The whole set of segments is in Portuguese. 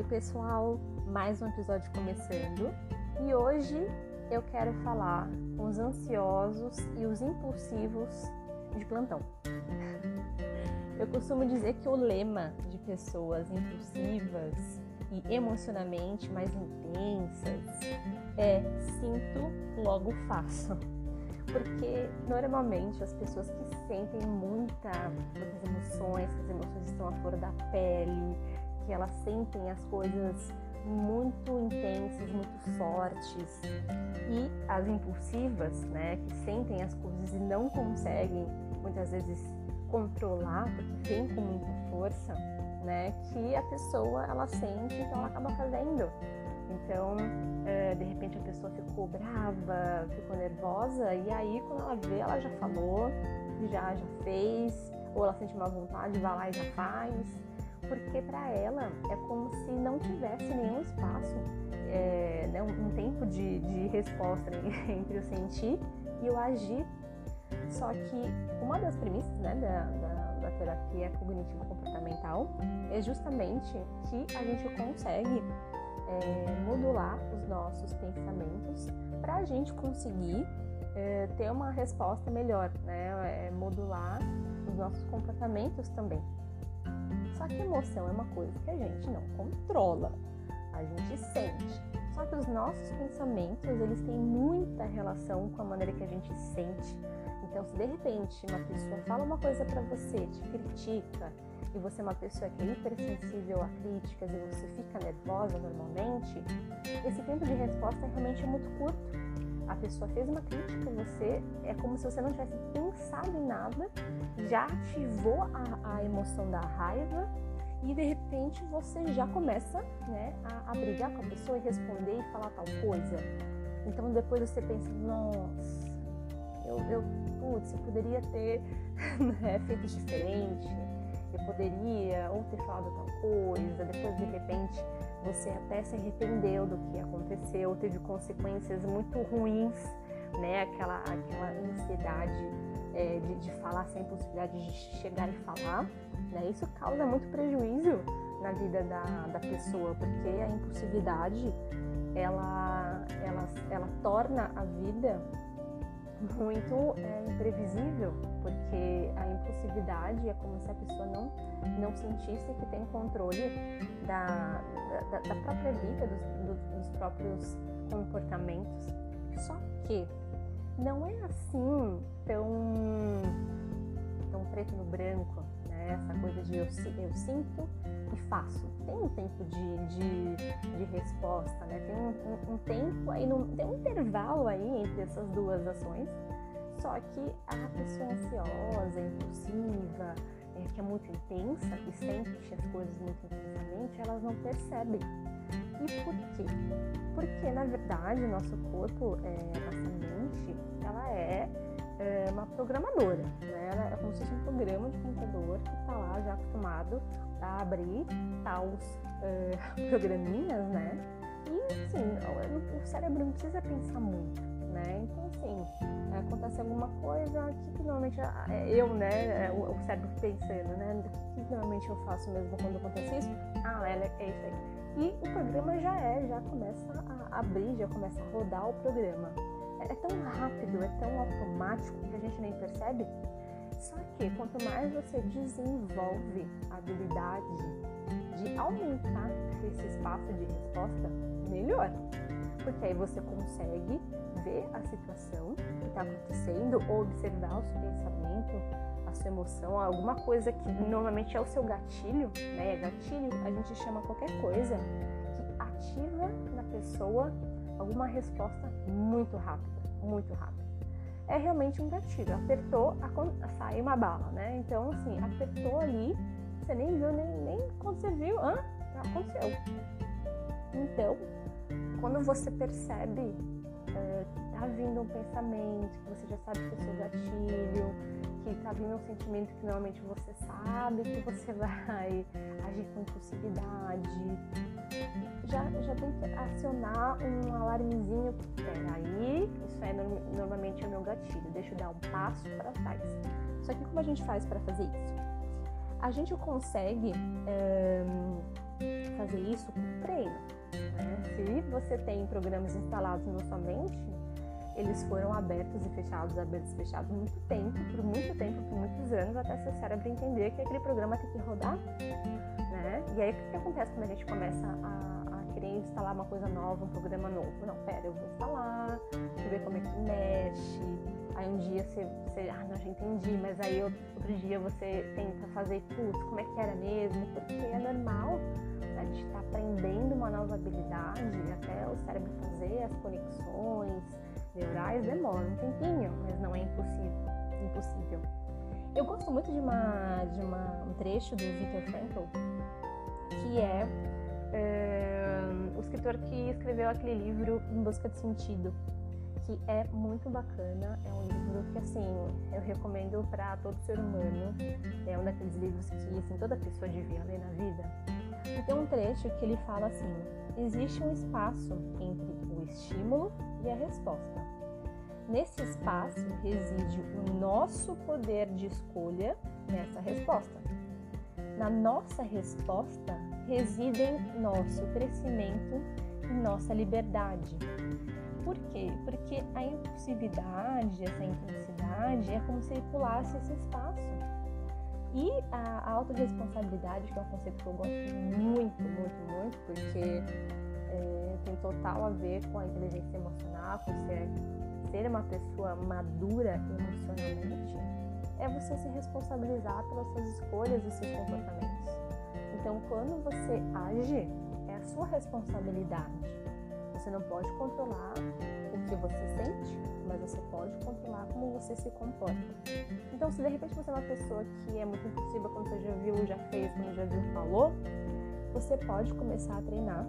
pessoal, mais um episódio começando e hoje eu quero falar com os ansiosos e os impulsivos de plantão. Eu costumo dizer que o lema de pessoas impulsivas e emocionalmente mais intensas é sinto, logo faço. Porque normalmente as pessoas que sentem muitas emoções, que as emoções estão à flor da pele, que elas sentem as coisas muito intensas, muito fortes, e as impulsivas, né, que sentem as coisas e não conseguem muitas vezes controlar, porque vem com muita força, né, que a pessoa ela sente, então ela acaba fazendo. Então, de repente a pessoa ficou brava, ficou nervosa, e aí quando ela vê, ela já falou, já fez, ou ela sente uma vontade, vai lá e já faz, porque para ela é como se não tivesse nenhum espaço, né, um tempo de resposta entre o sentir e o agir. Só que uma das premissas, né, da terapia cognitivo-comportamental é justamente que a gente consegue modular os nossos pensamentos para a gente conseguir ter uma resposta melhor, né? Modular os nossos comportamentos também. Só que emoção é uma coisa que a gente não controla, a gente sente. Só que os nossos pensamentos, eles têm muita relação com a maneira que a gente sente. Então, se de repente uma pessoa fala uma coisa para você, te critica, e você é uma pessoa que é hipersensível a críticas e você fica nervosa normalmente, esse tempo de resposta realmente é muito curto. A pessoa fez uma crítica, você é como se você não tivesse pensado em nada, já ativou a emoção da raiva e de repente você já começa, né, a brigar com a pessoa e responder e falar tal coisa. Então depois você pensa, nossa, eu poderia ter né, feito diferente. Eu poderia ou ter falado tal coisa, depois de repente você até se arrependeu do que aconteceu, teve consequências muito ruins, né? Aquela ansiedade de falar sem possibilidade de chegar e falar, né? Isso causa muito prejuízo na vida da pessoa, porque a impulsividade ela torna a vida muito imprevisível, porque a impulsividade é como se a pessoa não sentisse que tem controle da própria vida, dos próprios comportamentos. Só que não é assim tão preto no branco, né? Essa coisa de eu sinto e faço. Tem um tempo de resposta, né? Tem um tempo aí, tem um intervalo aí entre essas duas ações. Só que a pessoa ansiosa, impulsiva, que é muito intensa e sente as coisas muito intensamente, elas não percebem. E por quê? Porque, na verdade, o nosso corpo, nossa mente, ela é uma programadora, né? Ela é como se fosse um programa de computador que está lá já acostumado a abrir os programinhas, né? E, assim, o cérebro não precisa pensar muito, né? Então, assim, acontece alguma coisa, que normalmente eu, né, o cérebro pensando, né? O que normalmente eu faço mesmo quando acontece isso? É isso aí. E o programa já começa a abrir, já começa a rodar o programa. É tão rápido, é tão automático que a gente nem percebe. Só que quanto mais você desenvolve a habilidade de aumentar esse espaço de resposta, melhor. Porque aí você consegue ver a situação que está acontecendo, ou observar o seu pensamento, a sua emoção, alguma coisa que normalmente é o seu gatilho, né? Gatilho, a gente chama qualquer coisa que ativa na pessoa alguma resposta muito rápida, muito rápida. É realmente um gatilho, apertou, sai uma bala, né? Então, assim, apertou ali, você nem viu, nem quando você viu, aconteceu. Então, quando você percebe que tá vindo um pensamento, que você já sabe que é o seu gatilho, que tá vindo um sentimento que normalmente você sabe que você vai agir com impulsividade, já tem que acionar um alarmezinho. Peraí, isso é normalmente o meu gatilho, deixa eu dar um passo para trás. Só que como a gente faz para fazer isso? A gente consegue fazer isso com treino, né? Se você tem programas instalados na sua mente, eles foram abertos e fechados por muitos anos, até seu cérebro entender que aquele programa tem que rodar, né? E aí, o que acontece quando a gente começa a querer instalar uma coisa nova, um programa novo? Não, pera, eu vou instalar, deixa eu ver como é que mexe. Aí um dia você não, já entendi, mas aí outro dia você tenta fazer, como é que era mesmo? Porque é normal, né? A gente está aprendendo uma nova habilidade, até o cérebro fazer as conexões neurais demora um tempinho, mas não é impossível. Eu gosto muito de um trecho do Viktor Frankl, que é o escritor que escreveu aquele livro Em Busca de Sentido, que é muito bacana. É um livro que, assim, eu recomendo para todo ser humano. É um daqueles livros que, assim, toda pessoa devia ler na vida. E tem um trecho que ele fala assim: existe um espaço entre o estímulo e a resposta. Nesse espaço reside o nosso poder de escolha nessa resposta. Na nossa resposta residem nosso crescimento e nossa liberdade. Por quê? Porque a impulsividade, essa intensidade, é como se ele pulasse esse espaço. E a autorresponsabilidade, que é um conceito que eu gosto muito, porque tem total a ver com a inteligência emocional, com ser uma pessoa madura emocionalmente, é você se responsabilizar pelas suas escolhas e seus comportamentos. Então, quando você age, é a sua responsabilidade. Você não pode controlar o que você sente, mas você pode controlar como você se comporta. Então, se de repente você é uma pessoa que é muito impulsiva, quando você já viu, já fez, quando já viu, falou, você pode começar a treinar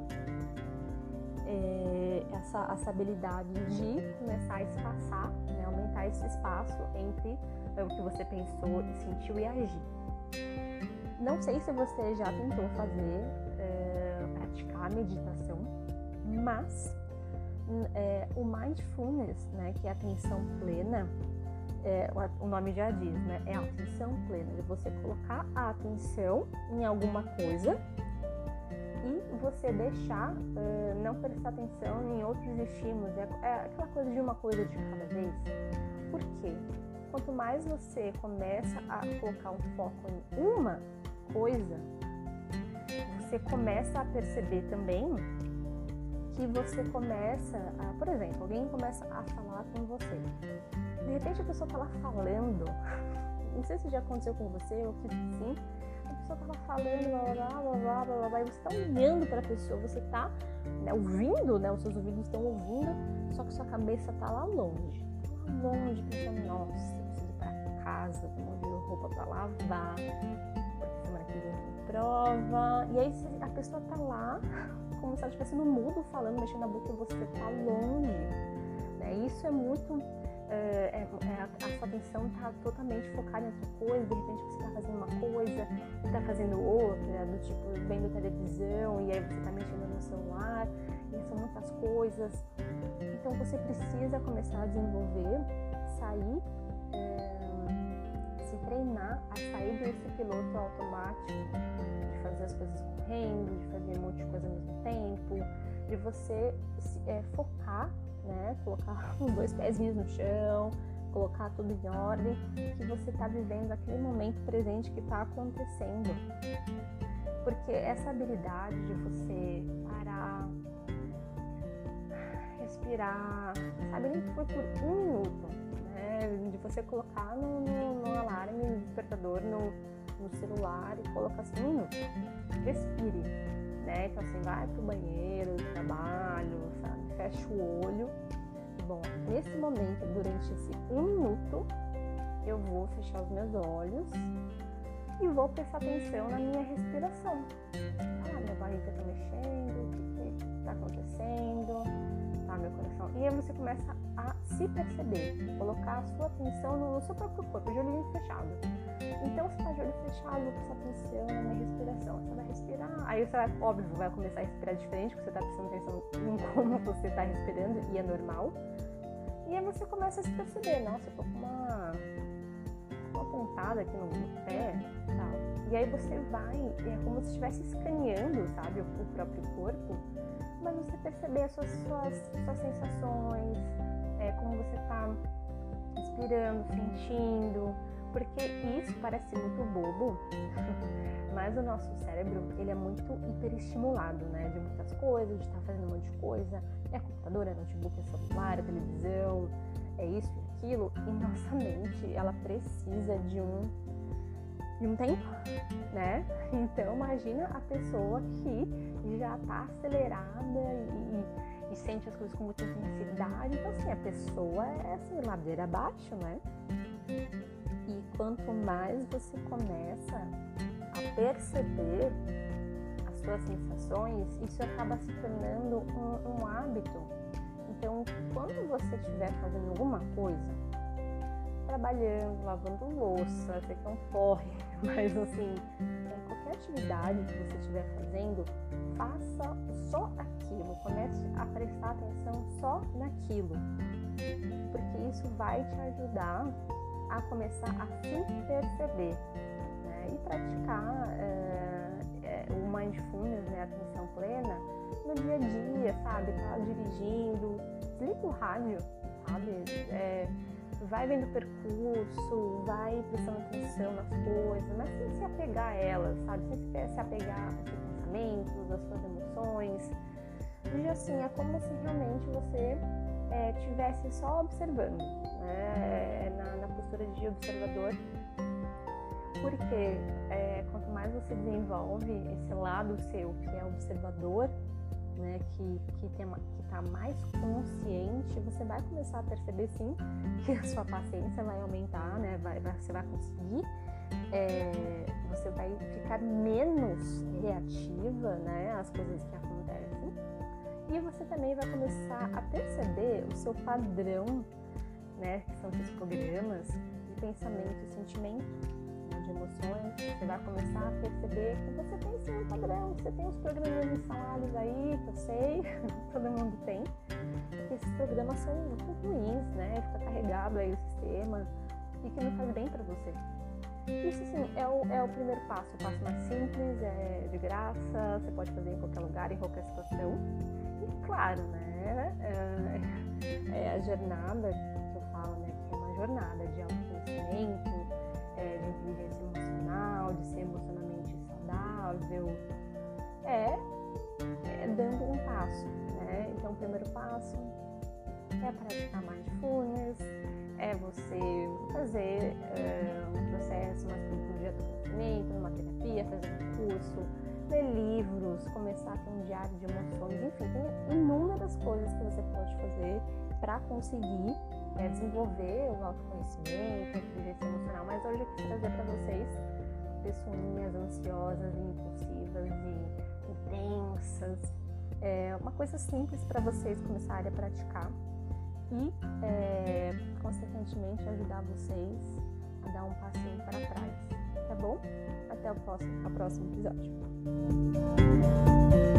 essa habilidade de começar a espaçar, né, aumentar esse espaço entre o que você pensou, sentiu e agir. Não sei se você já tentou praticar a meditação, mas o mindfulness, né, que é a atenção plena, o nome já diz, né, é a atenção plena, de você colocar a atenção em alguma coisa e você deixar, não prestar atenção em outros estímulos. É aquela coisa de uma coisa de cada vez. Por quê? Quanto mais você começa a colocar um foco em uma coisa, você começa a perceber também que você começa a, por exemplo, alguém começa a falar com você. De repente a pessoa está lá falando, não sei se já aconteceu com você ou que sim, a pessoa está lá falando, blá, e você está olhando para a pessoa, você está, né, ouvindo, né, os seus ouvidos estão ouvindo, só que sua cabeça está lá longe, pensando, nossa, eu preciso ir para casa, tem um monte de roupa para lavar, porque semana que vem tem prova, e aí a pessoa está lá, como se ela estivesse no mudo falando, mexendo na boca, e você está longe, né? Isso é muito, a sua atenção está totalmente focada em outra coisa, de repente você está fazendo uma coisa e está fazendo outra, do tipo, vendo televisão, e aí você está mexendo no celular, e são muitas coisas. Então você precisa começar a desenvolver, sair, se treinar a sair desse piloto automático, de fazer as coisas correndo, de fazer um monte de coisa ao mesmo tempo, de você focar, né, colocar os 2 pezinhos no chão, colocar tudo em ordem, que você está vivendo aquele momento presente que está acontecendo. Porque essa habilidade de você parar, respirar, sabe, nem que for por 1 minuto, né, de você colocar no alarme, no despertador, no celular e colocar assim, 1 minuto, respire, né, então assim, vai pro banheiro, do trabalho, sabe, fecha o olho. Bom, nesse momento, durante esse 1 minuto, eu vou fechar os meus olhos e vou prestar atenção na minha respiração. Minha barriga tá mexendo, o que tá acontecendo, meu coração. E aí você começa a se perceber, colocar a sua atenção no seu próprio corpo, de olho fechado. Então, você tá de olho fechado, vou prestar atenção na minha respiração. Você vai respirar, aí você vai, óbvio, vai começar a respirar diferente, porque você tá prestando atenção em como você tá respirando, e é normal. E aí você começa a se perceber, nossa, eu tô com uma pontada aqui no pé, tal. E aí você vai, é como se estivesse escaneando, sabe, o próprio corpo, mas você perceber as suas sensações, como você está respirando, sentindo, porque isso parece muito bobo, mas o nosso cérebro, ele é muito hiperestimulado, né, de muitas coisas, de estar fazendo um monte de coisa, é computador, é notebook, é celular, é televisão, é isso e aquilo, e nossa mente, ela precisa de um tempo, né? Então imagina a pessoa que já está acelerada e sente as coisas com muita intensidade. Então assim, a pessoa é assim, ladeira abaixo, né? E quanto mais você começa a perceber as suas sensações, isso acaba se tornando um hábito. Então, quando você estiver fazendo alguma coisa, trabalhando, lavando louça, sei que é um porre, mas assim, qualquer atividade que você estiver fazendo, faça só aquilo, comece a prestar atenção só naquilo, porque isso vai te ajudar a começar a se perceber, né? E praticar o mindfulness, né? A atenção plena no dia a dia, sabe? Tá dirigindo, desliga o rádio, sabe? Vai vendo o percurso, vai prestando atenção nas coisas, mas sem se apegar a elas, sabe? Sem se apegar aos seus pensamentos, às suas emoções. E assim, é como se realmente você estivesse só observando, né? Na postura de observador, porque quanto mais você desenvolve esse lado seu, que é observador, né, que está mais consciente, você vai começar a perceber sim que a sua paciência vai aumentar, né, você vai conseguir, você vai ficar menos reativa, né, às coisas que acontecem, e você também vai começar a perceber o seu padrão, né, que são os programas de pensamento e sentimento, de emoções. Você vai começar a perceber que você tem sim um padrão, você tem os programas instalados aí, que eu sei, todo mundo tem, e esses programas são muito ruins, né? Fica carregado aí o sistema e que não faz bem para você. Isso sim é o primeiro passo, o passo mais simples, é de graça, você pode fazer em qualquer lugar, em qualquer situação. E claro, né? É a jornada que eu falo, né? Que é uma jornada de autoconhecimento, de inteligência emocional, de ser emocionalmente saudável, dando um passo, né? Então, o primeiro passo é praticar mindfulness, é você fazer um processo mais profundo de autoconhecimento, numa terapia, fazer um curso, ler livros, começar a ter um diário de emoções, enfim, tem inúmeras coisas que você pode fazer para conseguir desenvolver o autoconhecimento, a inteligência emocional. Mas hoje eu quis trazer para vocês pessoinhas ansiosas, impulsivas e intensas, uma coisa simples para vocês começarem a praticar e, consequentemente, ajudar vocês a dar um passinho para trás, tá bom? Até o próximo episódio.